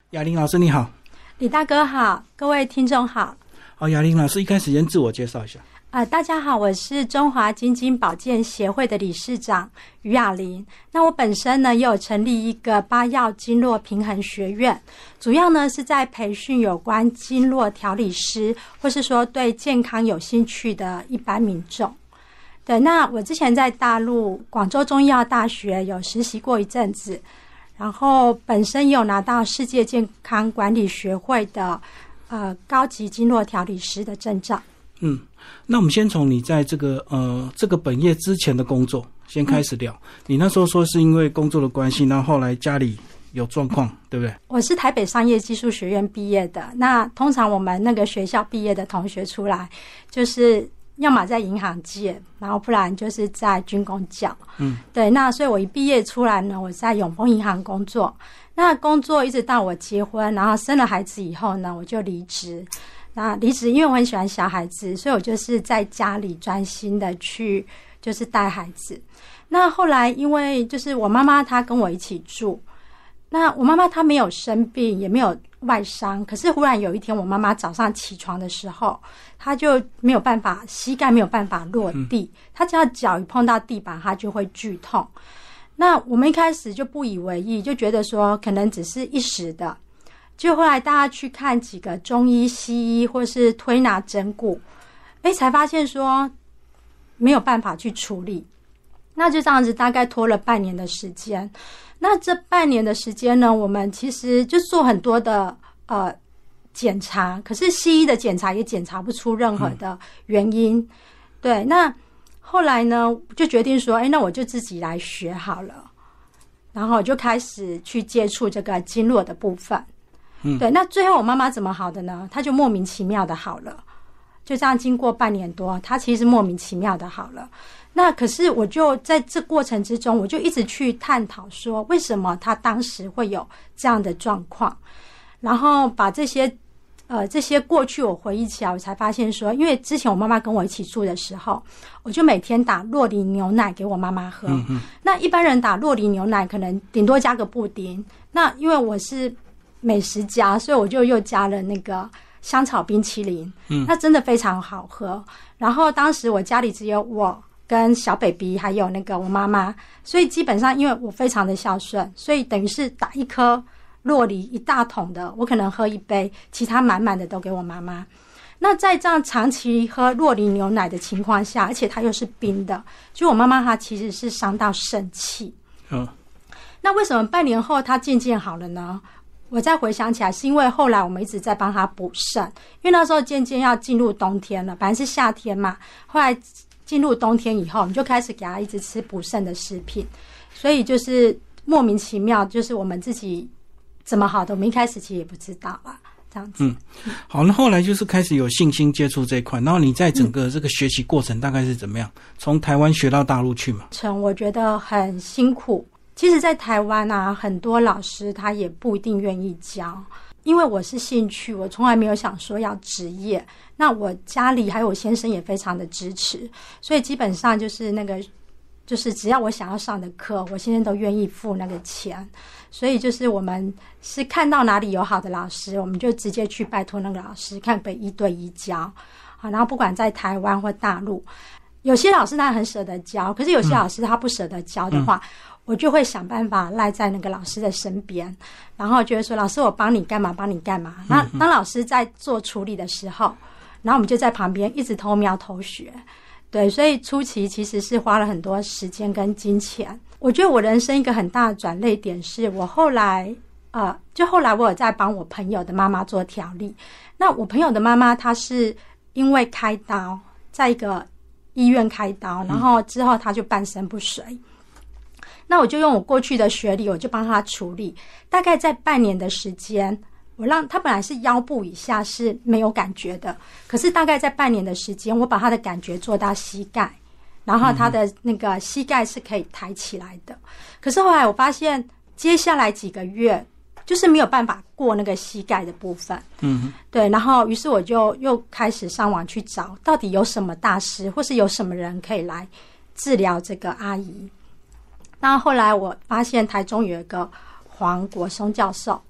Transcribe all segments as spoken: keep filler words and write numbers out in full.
雅玲老师你好。 李大哥好，各位听众好。 好，雅玲老师一开始先自我介绍一下。 呃，大家好，我是中华精精保健协会的理事长于雅玲。那我本身呢也有成立一个八药经络平衡学院，主要呢是在培训有关经络调理师，或是说对健康有兴趣的一般民众。对，那我之前在大陆广州中医药大学有实习过一阵子，然后本身也有拿到世界健康管理学会的呃高级经络调理师的证照。 嗯，那我们先从你在这个呃这个本业之前的工作先开始聊。嗯、你那时候说是因为工作的关系，然后后来家里有状况，对不对？ 我是台北商业技术学院毕业的。那通常我们那个学校毕业的同学出来，就是要么在银行界，然后不然就是在军公教。嗯，对。那所以我一毕业出来呢，我在永丰银行工作。那工作一直到我结婚，然后生了孩子以后呢，我就离职。那离职，因为我很喜欢小孩子，所以我就是在家里专心的去就是带孩子。那后来因为就是我妈妈她跟我一起住，那我妈妈她没有生病也没有外伤，可是忽然有一天我妈妈早上起床的时候，她就没有办法，膝盖没有办法落地，她只要脚一碰到地板她就会剧痛。那我们一开始就不以为意，就觉得说可能只是一时的，就后来大家去看几个中医西医或是推拿整骨，诶才发现说没有办法去处理。那就这样子大概拖了半年的时间。那这半年的时间呢，我们其实就做很多的呃检查，可是西医的检查也检查不出任何的原因。嗯、对，那后来呢就决定说，诶那我就自己来学好了。然后我就开始去接触这个经络的部分。嗯，对，那最后我妈妈怎么好的呢？她就莫名其妙的好了，就这样经过半年多，她其实莫名其妙的好了。那可是我就在这过程之中，我就一直去探讨说，为什么她当时会有这样的状况，然后把这些呃这些过去我回忆起来，我才发现说，因为之前我妈妈跟我一起住的时候，我就每天打酪梨牛奶给我妈妈喝。嗯嗯，那一般人打酪梨牛奶可能顶多加个布丁，那因为我是美食家，所以我就又加了那个香草冰淇淋，嗯，那真的非常好喝。然后当时我家里只有我跟小 baby 还有那个我妈妈，所以基本上因为我非常的孝顺，所以等于是打一颗酪梨一大桶的，我可能喝一杯，其他满满的都给我妈妈。那在这样长期喝酪梨牛奶的情况下，而且它又是冰的，就我妈妈她其实是伤到肾气。嗯，那为什么半年后她渐渐好了呢？我再回想起来，是因为后来我们一直在帮他补肾，因为那时候渐渐要进入冬天了，本来是夏天嘛，后来进入冬天以后，我们就开始给他一直吃补肾的食品，所以就是莫名其妙，就是我们自己怎么好的，我们一开始其实也不知道啦，这样子。嗯， 好，那后来就是开始有信心接触这一块，然后你在整个这个学习过程大概是怎么样？从台湾学到大陆去嘛？ 程我觉得很辛苦。其实在台湾啊，很多老师他也不一定愿意教，因为我是兴趣，我从来没有想说要职业。那我家里还有我先生也非常的支持，所以基本上就是那个就是只要我想要上的课，我先生都愿意付那个钱。所以就是我们是看到哪里有好的老师，我们就直接去拜托那个老师看可不可以一对一教。好，然后不管在台湾或大陆，有些老师他很舍得教，可是有些老师他不舍得教的话、嗯嗯我就会想办法赖在那个老师的身边，然后觉得说老师我帮你干嘛帮你干嘛。那当老师在做处理的时候，然后我们就在旁边一直偷瞄偷学。对，所以初期其实是花了很多时间跟金钱。我觉得我人生一个很大的转捩点是我后来呃，就后来我有在帮我朋友的妈妈做调理。那我朋友的妈妈她是因为开刀，在一个医院开刀，然后之后她就半身不遂。那我就用我过去的学历，我就帮他处理。大概在半年的时间，我让他本来是腰部以下是没有感觉的，可是大概在半年的时间，我把他的感觉做到膝盖，然后他的那个膝盖是可以抬起来的。可是后来我发现，接下来几个月就是没有办法过那个膝盖的部分。嗯，对。然后于是我就又开始上网去找，到底有什么大师，或是有什么人可以来治疗这个阿姨。那后来我发现台中有一个黄国松教授，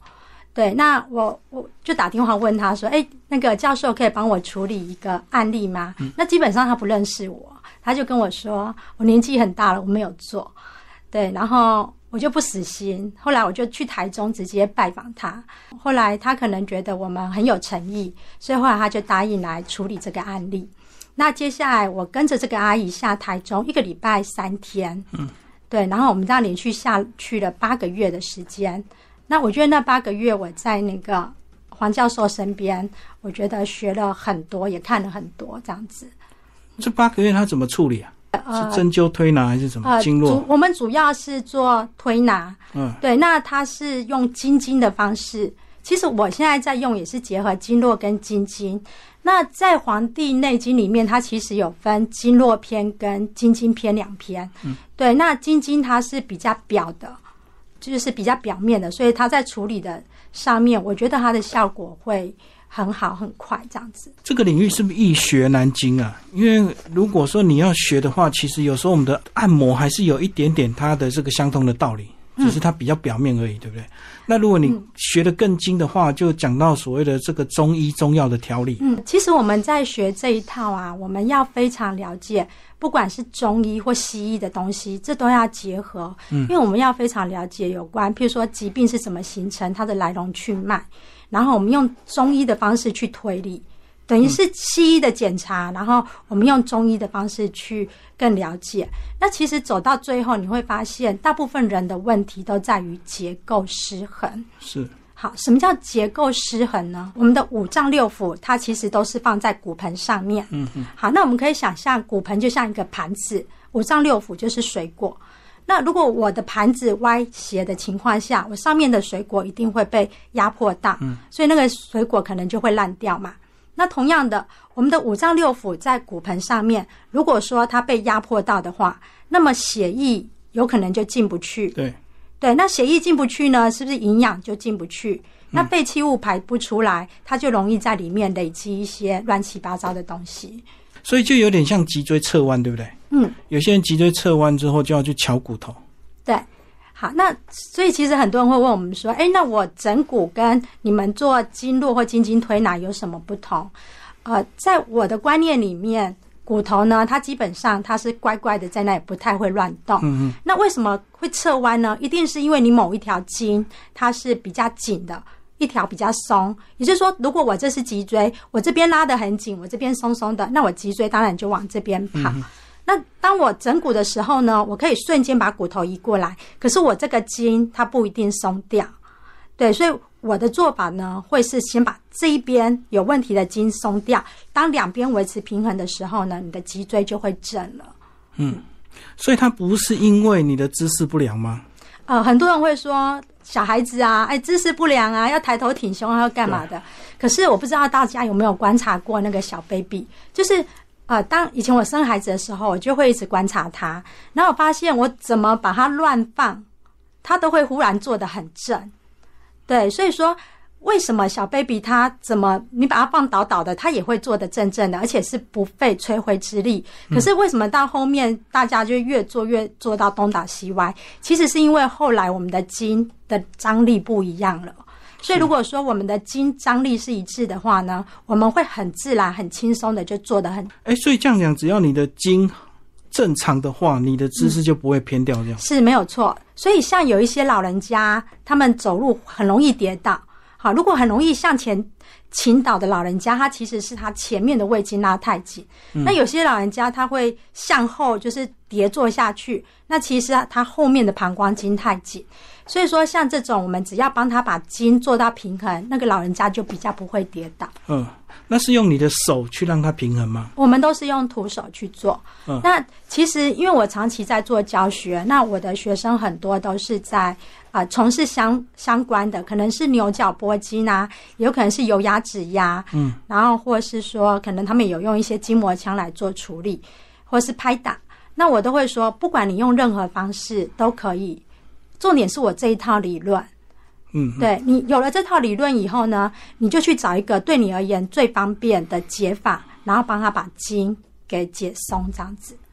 对，那我我就打电话问他说，哎，那个教授可以帮我处理一个案例吗？嗯、那基本上他不认识我，他就跟我说我年纪很大了，我没有做。对，然后我就不死心，后来我就去台中直接拜访他。后来他可能觉得我们很有诚意，所以后来他就答应来处理这个案例。那接下来我跟着这个阿姨下台中一个礼拜三天，嗯，对，然后我们这样连续下去了八个月的时间。那我觉得那八个月我在那个黄教授身边，我觉得学了很多，也看了很多这样子。 这八个月他怎么处理啊？是针灸推拿还是什么？ 呃、 经络？ 我们主要是做推拿，嗯，对，那他是用筋经的方式。其实我现在在用也是结合经络跟筋经。那在《黄帝内经》里面，它其实有分经络篇跟筋经篇两篇。嗯，对，那筋经它是比较表的，就是比较表面的，所以它在处理的上面，我觉得它的效果会很好很快这样子。 这个领域是不是易学难精啊？因为如果说你要学的话，其实有时候我们的按摩还是有一点点它的这个相同的道理，只是它比较表面而已，对不对？那如果你学得更精的话，就讲到所谓的这个中医中药的调理。 嗯，其实我们在学这一套啊，我们要非常了解，不管是中医或西医的东西，这都要结合。嗯，因为我们要非常了解有关，譬如说疾病是怎么形成，它的来龙去脉，然后我们用中医的方式去推理。等于是西医的检查，然后我们用中医的方式去更了解。那其实走到最后，你会发现大部分人的问题都在于结构失衡。 是。 好，什么叫结构失衡呢？我们的五脏六腑它其实都是放在骨盆上面。嗯嗯。好，那我们可以想象骨盆就像一个盘子，五脏六腑就是水果。那如果我的盘子歪斜的情况下，我上面的水果一定会被压迫到，嗯，所以那个水果可能就会烂掉嘛。那同样的，我们的五脏六腑在骨盆上面，如果说它被压迫到的话，那么血液有可能就进不去。 对对，那血液进不去呢，是不是营养就进不去？那废弃物排不出来，它就容易在里面累积一些乱七八糟的东西。 所以就有点像脊椎侧弯，对不对？嗯，有些人脊椎侧弯之后就要去敲骨头。 对。好，那所以其实很多人会问我们说，哎，那我整骨跟你们做经络或筋经推拿有什么不同？呃，在我的观念里面，骨头呢，它基本上它是乖乖的在那里，不太会乱动。嗯嗯。那为什么会侧弯呢？一定是因为你某一条筋它是比较紧的，一条比较松。也就是说，如果我这是脊椎，我这边拉得很紧，我这边松松的，那我脊椎当然就往这边跑。嗯，那当我整骨的时候呢，我可以瞬间把骨头移过来，可是我这个筋它不一定松掉。对，所以我的做法呢，会是先把这一边有问题的筋松掉，当两边维持平衡的时候呢，你的脊椎就会正了。 嗯，所以它不是因为你的姿势不良吗？ 呃，很多人会说小孩子啊，哎，姿势不良啊，要抬头挺胸啊，要干嘛的？可是我不知道大家有没有观察过那个小 baby， 就是呃，当以前我生孩子的时候，我就会一直观察他，然后我发现我怎么把他乱放，他都会忽然坐得很正。对，所以说为什么小 baby 他怎么你把他放倒倒的，他也会坐得正正的，而且是不费吹灰之力。可是为什么到后面大家就越做越做到东倒西歪？其实是因为后来我们的筋的张力不一样了。所以如果说我们的筋张力是一致的话呢，我们会很自然很轻松的就做得很哎，所以这样讲，只要你的筋正常的话，你的姿势就不会偏掉，这样、嗯、 是没有错。所以像有一些老人家，他们走路很容易跌倒，好，如果很容易向前倾倒的老人家，他其实是他前面的胃经拉太紧、嗯、那有些老人家他会向后就是跌坐下去，那其实他后面的膀胱经太紧。所以说像这种我们只要帮他把筋做到平衡，那个老人家就比较不会跌倒。 嗯，那是用你的手去让他平衡吗？ 我们都是用徒手去做。嗯，那其实因为我长期在做教学，那我的学生很多都是在啊从、呃、事相相关的，可能是牛角拨筋啊，有可能是油压指压，嗯，然后或是说可能他们有用一些筋膜枪来做处理，或是拍打。那我都会说，不管你用任何方式都可以。重点是我这一套理论，嗯，对，你有了这套理论以后呢，你就去找一个对你而言最方便的解法，然后帮他把筋给解松，这样子。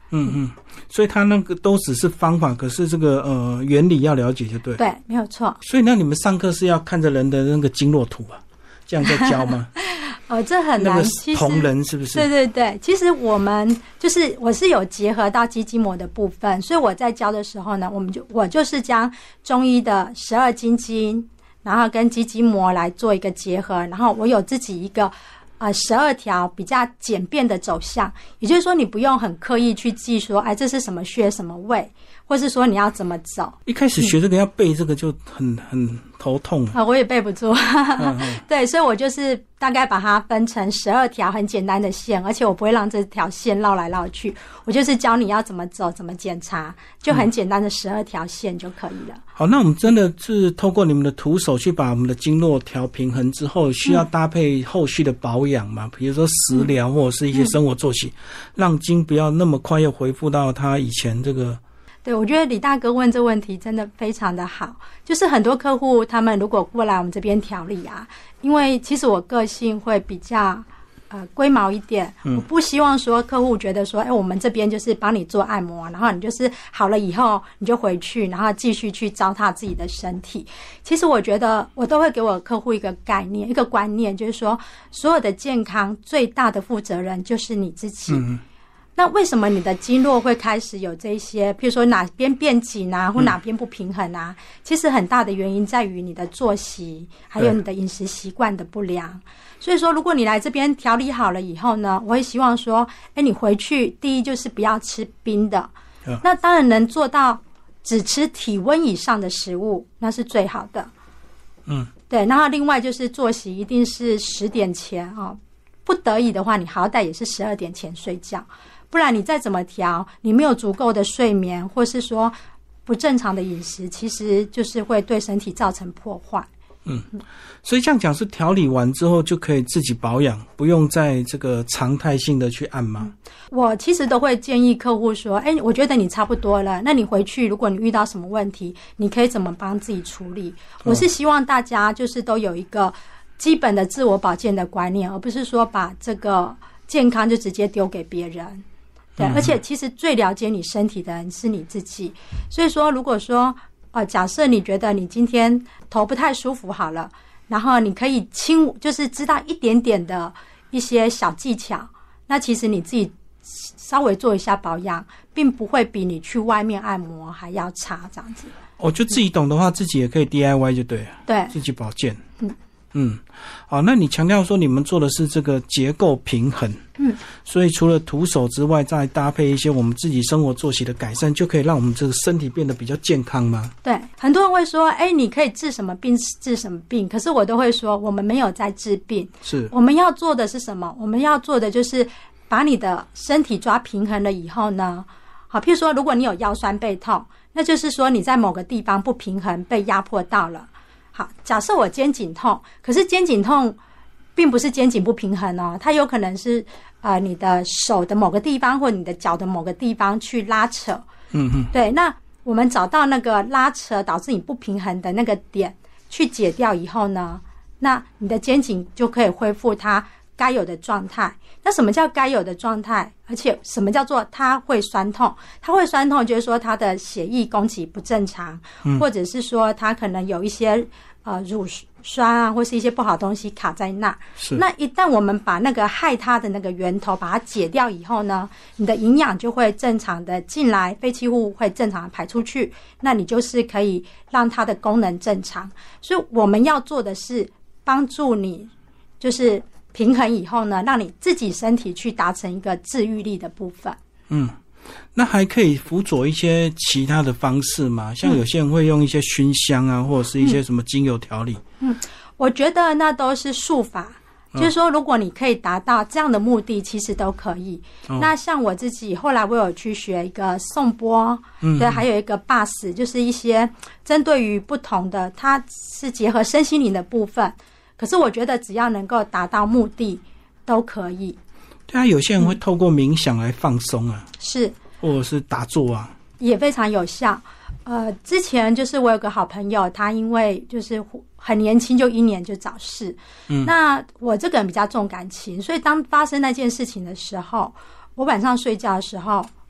嗯嗯，所以他那个都只是方法，可是这个呃原理要了解就对。 对，没有错。 所以那你们上课是要看着人的那个经络图啊，这样在教吗？ 哦，这很难。 那个同人是不是？ 对对对，其实我们就是我是有结合到肌筋膜的部分，所以我在教的时候呢，我们就我就是将中医的十二经筋，然后跟肌筋膜来做一个结合，然后我有自己一个。呃，十二条比较简便的走向，也就是说，你不用很刻意去记说，哎，这是什么穴、什么位，或是说你要怎么走。 一开始学这个要背这个就很很头痛啊、呃，我也背不住。嗯嗯对，所以我就是大概把它分成十二条很简单的线，而且我不会让这条线绕来绕去，我就是教你要怎么走、怎么检查，就很简单的十二条线就可以了。嗯、 好，那我们真的是透过你们的徒手去把我们的经络调平衡之后，需要搭配后续的保养嘛？比如说食疗或者是一些生活作息，嗯、让筋不要那么快又恢复到它以前这个。 对，我觉得李大哥问这问题真的非常的好，就是很多客户他们如果过来我们这边调理啊，因为其实我个性会比较呃龟毛一点，我不希望说客户觉得说，哎，我们这边就是帮你做按摩，然后你就是好了以后你就回去，然后继续去糟蹋自己的身体。其实我觉得我都会给我客户一个概念，一个观念，就是说所有的健康最大的负责人就是你自己。嗯，那为什么你的经络会开始有这些，譬如说哪边变紧啊，或哪边不平衡啊？嗯、其实很大的原因在于你的作息，还有你的饮食习惯的不良。所以说，如果你来这边调理好了以后呢，我会希望说，哎，你回去第一就是不要吃冰的，嗯、那当然能做到只吃体温以上的食物，那是最好的。嗯，对。然后另外就是作息一定是十点前啊，不得已的话，你好歹也是十二点前睡觉。不然你再怎么调，你没有足够的睡眠，或是说不正常的饮食，其实就是会对身体造成破坏。 嗯，所以这样讲是调理完之后就可以自己保养，不用再这个常态性的去按吗？嗯、 我其实都会建议客户说，哎，我觉得你差不多了，那你回去如果你遇到什么问题，你可以怎么帮自己处理？我是希望大家就是都有一个基本的自我保健的观念，而不是说把这个健康就直接丢给别人。对，而且其实最了解你身体的人是你自己。所以说，如果说呃，假设你觉得你今天头不太舒服好了，然后你可以轻，就是知道一点点的一些小技巧，那其实你自己稍微做一下保养，并不会比你去外面按摩还要差，这样子。 我、哦、就自己懂的话，自己也可以 D I Y 就对了。 对， 自己保健。 嗯。 嗯，好，那你强调说你们做的是这个结构平衡， 嗯， 所以除了徒手之外，再搭配一些我们自己生活作息的改善，就可以让我们这个身体变得比较健康吗？ 对，很多人会说，哎，你可以治什么病治什么病，可是我都会说，我们没有在治病， 是我们要做的是什么？我们要做的就是把你的身体抓平衡了以后呢，好，譬如说，如果你有腰酸背痛，那就是说你在某个地方不平衡，被压迫到了。好，假设我肩颈痛，可是肩颈痛并不是肩颈不平衡哦，它有可能是呃你的手的某个地方或你的脚的某个地方去拉扯。 嗯嗯， 对，那我们找到那个拉扯导致你不平衡的那个点，去解掉以后呢，那你的肩颈就可以恢复它该有的状态。那什么叫该有的状态？而且什么叫做它会酸痛？它会酸痛就是说它的血液供给不正常，嗯、或者是说它可能有一些呃乳酸啊，或是一些不好的东西卡在那。 是。 那一旦我们把那个害它的那个源头把它解掉以后呢，你的营养就会正常的进来，废弃物会正常的排出去，那你就是可以让它的功能正常。所以我们要做的是帮助你，就是平衡以后呢，让你自己身体去达成一个治愈力的部分。 嗯，那还可以辅佐一些其他的方式吗？像有些人会用一些熏香啊，或者是一些什么精油调理。 嗯，我觉得那都是术法，嗯、就是说如果你可以达到这样的目的，其实都可以。哦、那像我自己后来我有去学一个颂钵，嗯，对，还有一个巴斯，就是一些针对于不同的，它是结合身心灵的部分。可是我觉得只要能够达到目的都可以。 对啊，有些人会透过冥想来放松啊， 是， 或者是打坐啊， 也非常有效。呃，之前就是我有个好朋友，他因为就是很年轻就英年就早逝，嗯，那我这个人比较重感情，所以当发生那件事情的时候，我晚上睡觉的时候，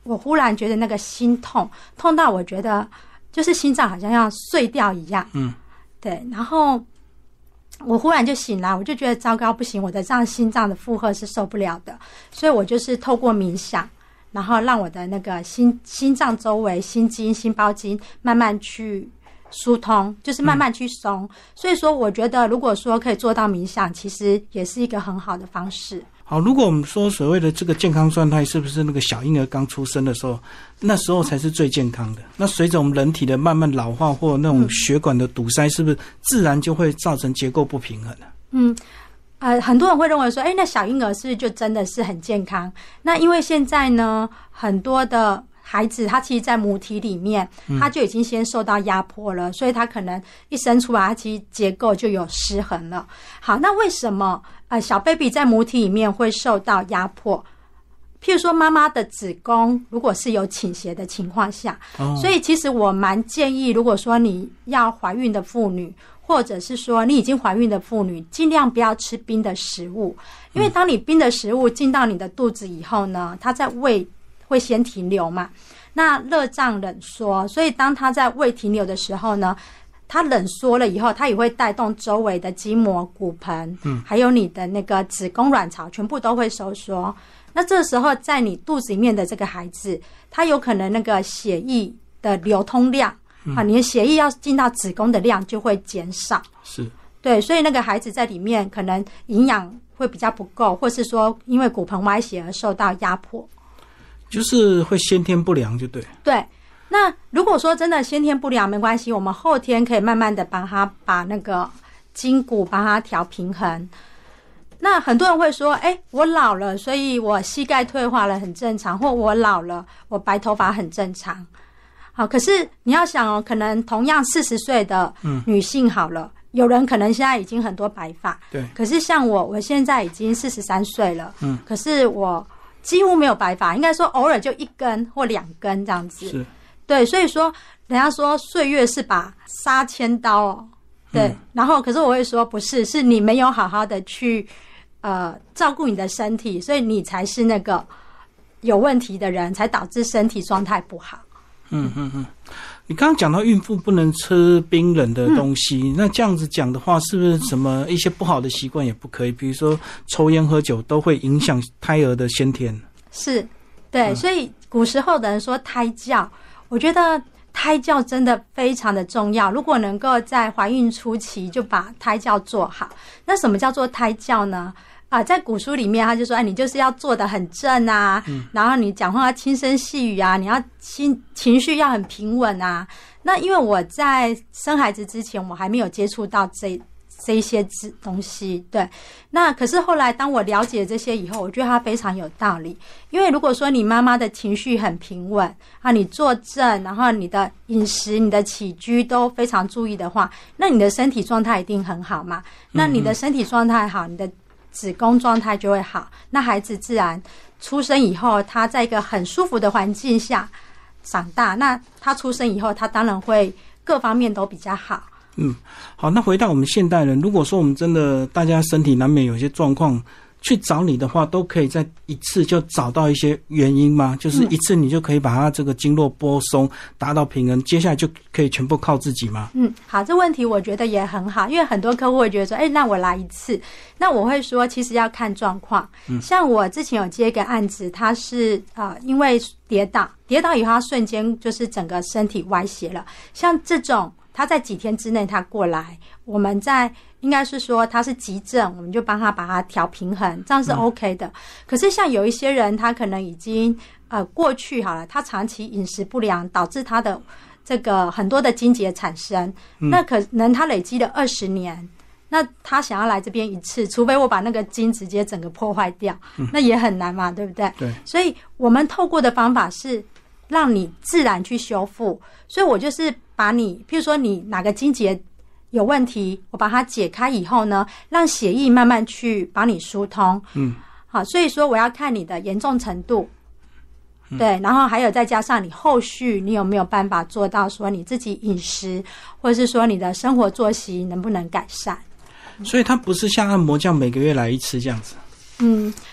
我忽然觉得那个心痛，痛到我觉得就是心脏好像要碎掉一样。嗯，对。然后我忽然就醒来，我就觉得糟糕，不行，我的这样心脏的负荷是受不了的，所以我就是透过冥想，然后让我的那个心心脏周围心经、心包经慢慢去疏通，就是慢慢去松。嗯、所以说，我觉得如果说可以做到冥想，其实也是一个很好的方式。 好，如果我们说所谓的这个健康状态，是不是那个小婴儿刚出生的时候，那时候才是最健康的？那随着我们人体的慢慢老化或那种血管的堵塞，是不是自然就会造成结构不平衡呢？ 嗯，呃，很多人会认为说，哎，那小婴儿是不是就真的是很健康？那因为现在呢，很多的孩子他其实在母体里面他就已经先受到压迫了，嗯、所以他可能一生出来他其实结构就有失衡了。好，那为什么呃小 baby 在母体里面会受到压迫？譬如说妈妈的子宫如果是有倾斜的情况下，哦、所以其实我蛮建议，如果说你要怀孕的妇女，或者是说你已经怀孕的妇女，尽量不要吃冰的食物，因为当你冰的食物进到你的肚子以后呢，它在胃会先停留嘛，那热胀冷缩，所以当它在胃停留的时候呢，它冷缩了以后，它也会带动周围的筋膜、骨盆，嗯，还有你的那个子宫卵巢全部都会收缩。那这时候在你肚子里面的这个孩子，他有可能那个血液的流通量，嗯、啊，你的血液要进到子宫的量就会减少。 是， 对，所以那个孩子在里面可能营养会比较不够，或是说因为骨盆歪斜而受到压迫。 就是会先天不良就对。 对，那如果说真的先天不良没关系，我们后天可以慢慢的帮他把那个筋骨帮他调平衡。那很多人会说，哎，我老了，所以我膝盖退化了很正常，或我老了，我白头发很正常。好，可是你要想哦，可能同样四十岁的女性好了，嗯、有人可能现在已经很多白发， 对。 可是像我，我现在已经四十三岁了，嗯，可是我几乎没有白发，应该说偶尔就一根或两根这样子。 是， 对，所以说人家说岁月是把杀千刀哦，对。嗯、然后，可是我会说不是，是你没有好好的去呃照顾你的身体，所以你才是那个有问题的人，才导致身体状态不好。 嗯嗯嗯。你刚刚讲到孕妇不能吃冰冷的东西，嗯、那这样子讲的话，是不是什么一些不好的习惯也不可以？比如说抽烟喝酒都会影响胎儿的先天。 是，对，嗯、所以古时候的人说胎教，我觉得胎教真的非常的重要。如果能够在怀孕初期就把胎教做好，那什么叫做胎教呢？啊，在古书里面他就说，哎，你就是要做得很正啊，嗯、然后你讲话要轻声细语啊，你要心情绪要很平稳啊。那因为我在生孩子之前，我还没有接触到这这一些东西，对。那可是后来当我了解这些以后，我觉得它非常有道理。因为如果说你妈妈的情绪很平稳啊，你坐正，然后你的饮食、你的起居都非常注意的话，那你的身体状态一定很好嘛。那你的身体状态好，你的子宫状态就会好，那孩子自然出生以后，他在一个很舒服的环境下长大，那他出生以后，他当然会各方面都比较好。 嗯，好，那回到我们现代人，如果说我们真的大家身体难免有些状况，去找你的话，都可以在一次就找到一些原因吗？就是一次你就可以把它这个经络拨松，达到平衡，接下来就可以全部靠自己吗？ 嗯，好，这问题我觉得也很好，因为很多客户会觉得说，哎，那我来一次，那我会说，其实要看状况。嗯，像我之前有接一个案子，他是呃因为跌倒，跌倒以后他瞬间就是整个身体歪斜了，像这种。他在几天之内他过来，我们在应该是说他是急症，我们就帮他把它调平衡，这样是 OK 的。嗯、可是像有一些人，他可能已经呃过去好了，他长期饮食不良，导致他的这个很多的筋结产生，嗯、那可能他累积了二十年，那他想要来这边一次，除非我把那个筋直接整个破坏掉，嗯、那也很难嘛，对不对？ 对。 所以我们透过的方法是让你自然去修复，所以我就是把你，譬如说你哪个筋节有问题，我把它解开以后呢，让血液慢慢去帮你疏通。嗯，好，所以说我要看你的严重程度，嗯、对，然后还有再加上你后续你有没有办法做到说你自己饮食，或者是说你的生活作息能不能改善。 所以它不是像按摩这样每个月来一次这样子。 嗯。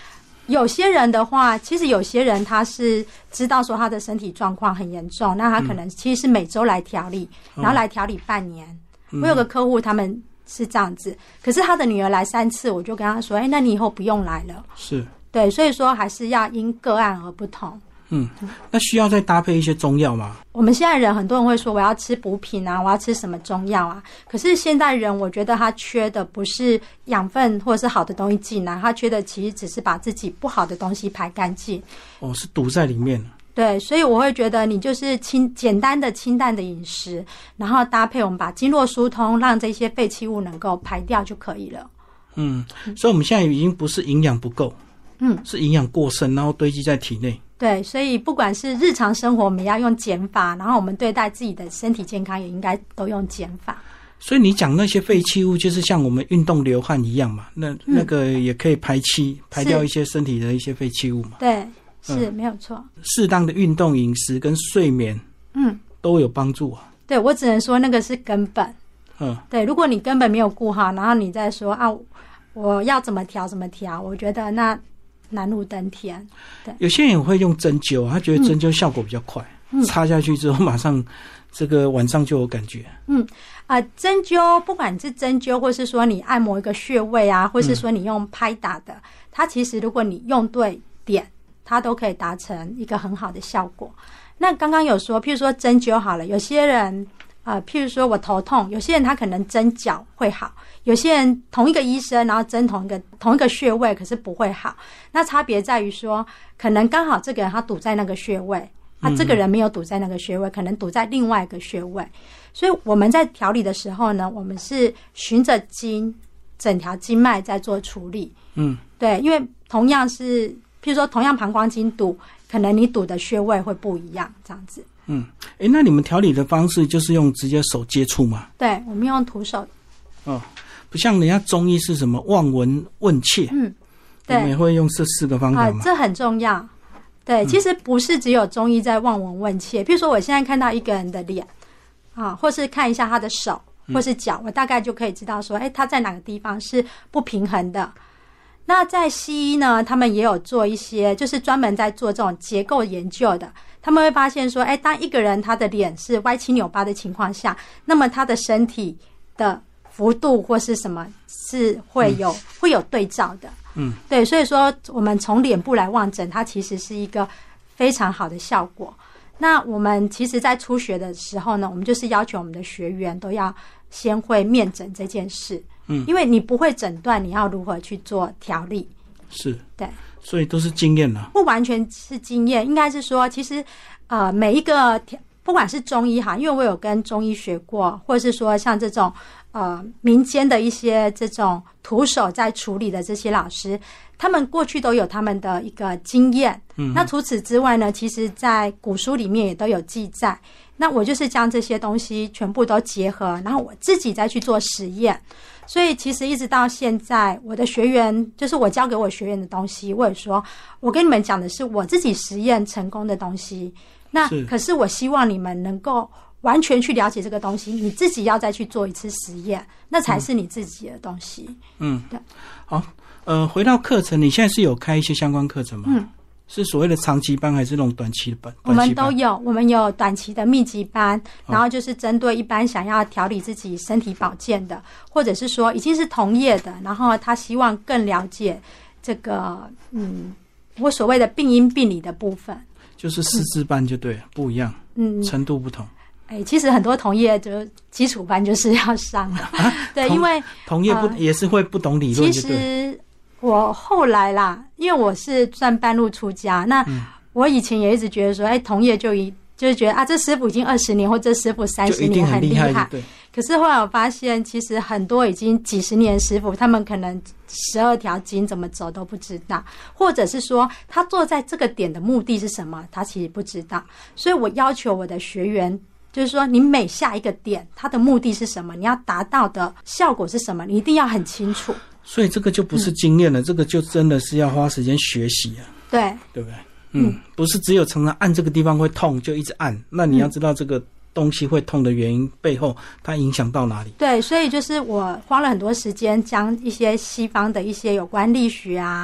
有些人的话，其实有些人他是知道说他的身体状况很严重，那他可能其实是每周来调理，嗯、然后来调理半年。嗯、我有个客户，他们是这样子，可是他的女儿来三次，我就跟他说：“哎、欸，那你以后不用来了。” 是， 对，所以说还是要因个案而不同。 嗯，那需要再搭配一些中药吗？ 我们现在人很多人会说我要吃补品啊，我要吃什么中药啊？可是现代人我觉得他缺的不是养分或者是好的东西进来，他缺的其实只是把自己不好的东西排干净。 哦，是堵在里面了。 对，所以我会觉得你就是清简单的清淡的饮食，然后搭配我们把经络疏通，让这些废弃物能够排掉就可以了。 嗯，所以我们现在已经不是营养不够，嗯，是营养过剩，然后堆积在体内。 对，所以不管是日常生活我们要用减法，然后我们对待自己的身体健康也应该都用减法。 所以你讲那些废弃物就是像我们运动流汗一样嘛，那、嗯、那个也可以排气排掉一些身体的一些废弃物嘛。 对，是、嗯、没有错。 适当的运动、饮食跟睡眠，嗯，都有帮助啊。 对，我只能说那个是根本。嗯，对，如果你根本没有顾好，然后你再说啊，我要怎么调怎么调，我觉得那难如登天。对， 有些人会用针灸，他觉得针灸效果比较快，嗯、插下去之后马上这个晚上就有感觉。嗯， 啊、呃，针灸不管是针灸，或是说你按摩一个穴位啊，或是说你用拍打的，嗯、它其实如果你用对点，它都可以达成一个很好的效果。那刚刚有说，譬如说针灸好了，有些人呃，譬如说我头痛，有些人他可能针脚会好，有些人同一个医生，然后针同一个同一个穴位，可是不会好。那差别在于说，可能刚好这个人他堵在那个穴位，他这个人没有堵在那个穴位，可能堵在另外一个穴位。所以我们在调理的时候呢，我们是循着经整条经脉在做处理。嗯，对，因为同样是，譬如说同样膀胱经堵，可能你堵的穴位会不一样，这样子。 嗯，诶，那你们调理的方式就是用直接手接触吗？ 对，我们用徒手。 哦，不像人家中医是什么望闻问切。嗯，对，你们也会用这四个方法吗？ 啊，这很重要。对，其实不是只有中医在望闻问切。譬如说，我现在看到一个人的脸，啊，或是看一下他的手或是脚，我大概就可以知道说，哎，他在哪个地方是不平衡的。那在西医呢，他们也有做一些，就是专门在做这种结构研究的。他们会发现说，哎，当一个人他的脸是歪七扭八的情况下，那么他的身体的幅度或是什么是会有、嗯、会有对照的。嗯，对，所以说我们从脸部来望诊，它其实是一个非常好的效果。那我们其实在初学的时候呢，我们就是要求我们的学员都要先会面诊这件事。嗯，因为你不会诊断，你要如何去做调理？ 是， 对， 所以都是经验啦。 不完全是经验，应该是说，其实呃，每一个不管是中医哈，因为我有跟中医学过，或者是说像这种呃民间的一些这种徒手在处理的这些老师，他们过去都有他们的一个经验。嗯，那除此之外呢，其实在古书里面也都有记载。那我就是将这些东西全部都结合，然后我自己再去做实验。所以其实一直到现在，我的学员就是我教给我学员的东西，我也说我跟你们讲的是我自己实验成功的东西。那可是我希望你们能够完全去了解这个东西，你自己要再去做一次实验，那才是你自己的东西。嗯，对。 好，呃，回到课程，你现在是有开一些相关课程吗？嗯。是所谓的长期班还是那种短期的班？ 我们都有，我们有短期的密集班，然后就是针对一般想要调理自己身体保健的，或者是说已经是同业的，然后他希望更了解这个嗯，我所谓的病因病理的部分， 就是师资班就对了，嗯、不一样，嗯，程度不同。 哎、欸，其实很多同业就基础班就是要上的，啊、对，因为同业不、呃、也是会不懂理论， 其实。我后来啦，因为我是算半路出家，那我以前也一直觉得说，哎、欸，同业就一就是觉得啊，这师傅已经二十年，或这师傅三十年很厉害。对。可是后来我发现，其实很多已经几十年的师傅，他们可能十二条经怎么走都不知道，或者是说他坐在这个点的目的是什么，他其实不知道。所以我要求我的学员，就是说你每下一个点，它的目的是什么，你要达到的效果是什么，你一定要很清楚。 所以这个就不是经验了、嗯，这个就真的是要花时间学习啊。 对， 对不对？嗯，嗯不是只有常常按这个地方会痛就一直按，那你要知道这个东西会痛的原因背后，它影响到哪里？ 对，所以就是我花了很多时间将一些西方的一些有关力学啊，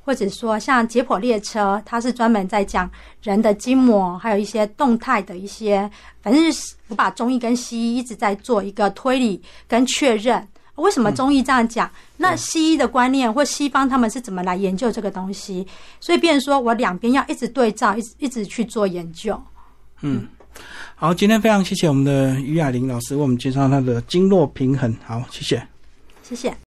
或者说像解剖列车，它是专门在讲人的筋膜，还有一些动态的一些，反正是我把中医跟西医一直在做一个推理跟确认。为什么中医这样讲？嗯、那西医的观念或西方他们是怎么来研究这个东西？所以变成说我两边要一直对照，一直一直去做研究。 嗯，好，今天非常谢谢我们的于雅玲老师为我们介绍她的经络平衡。好，谢谢， 谢谢。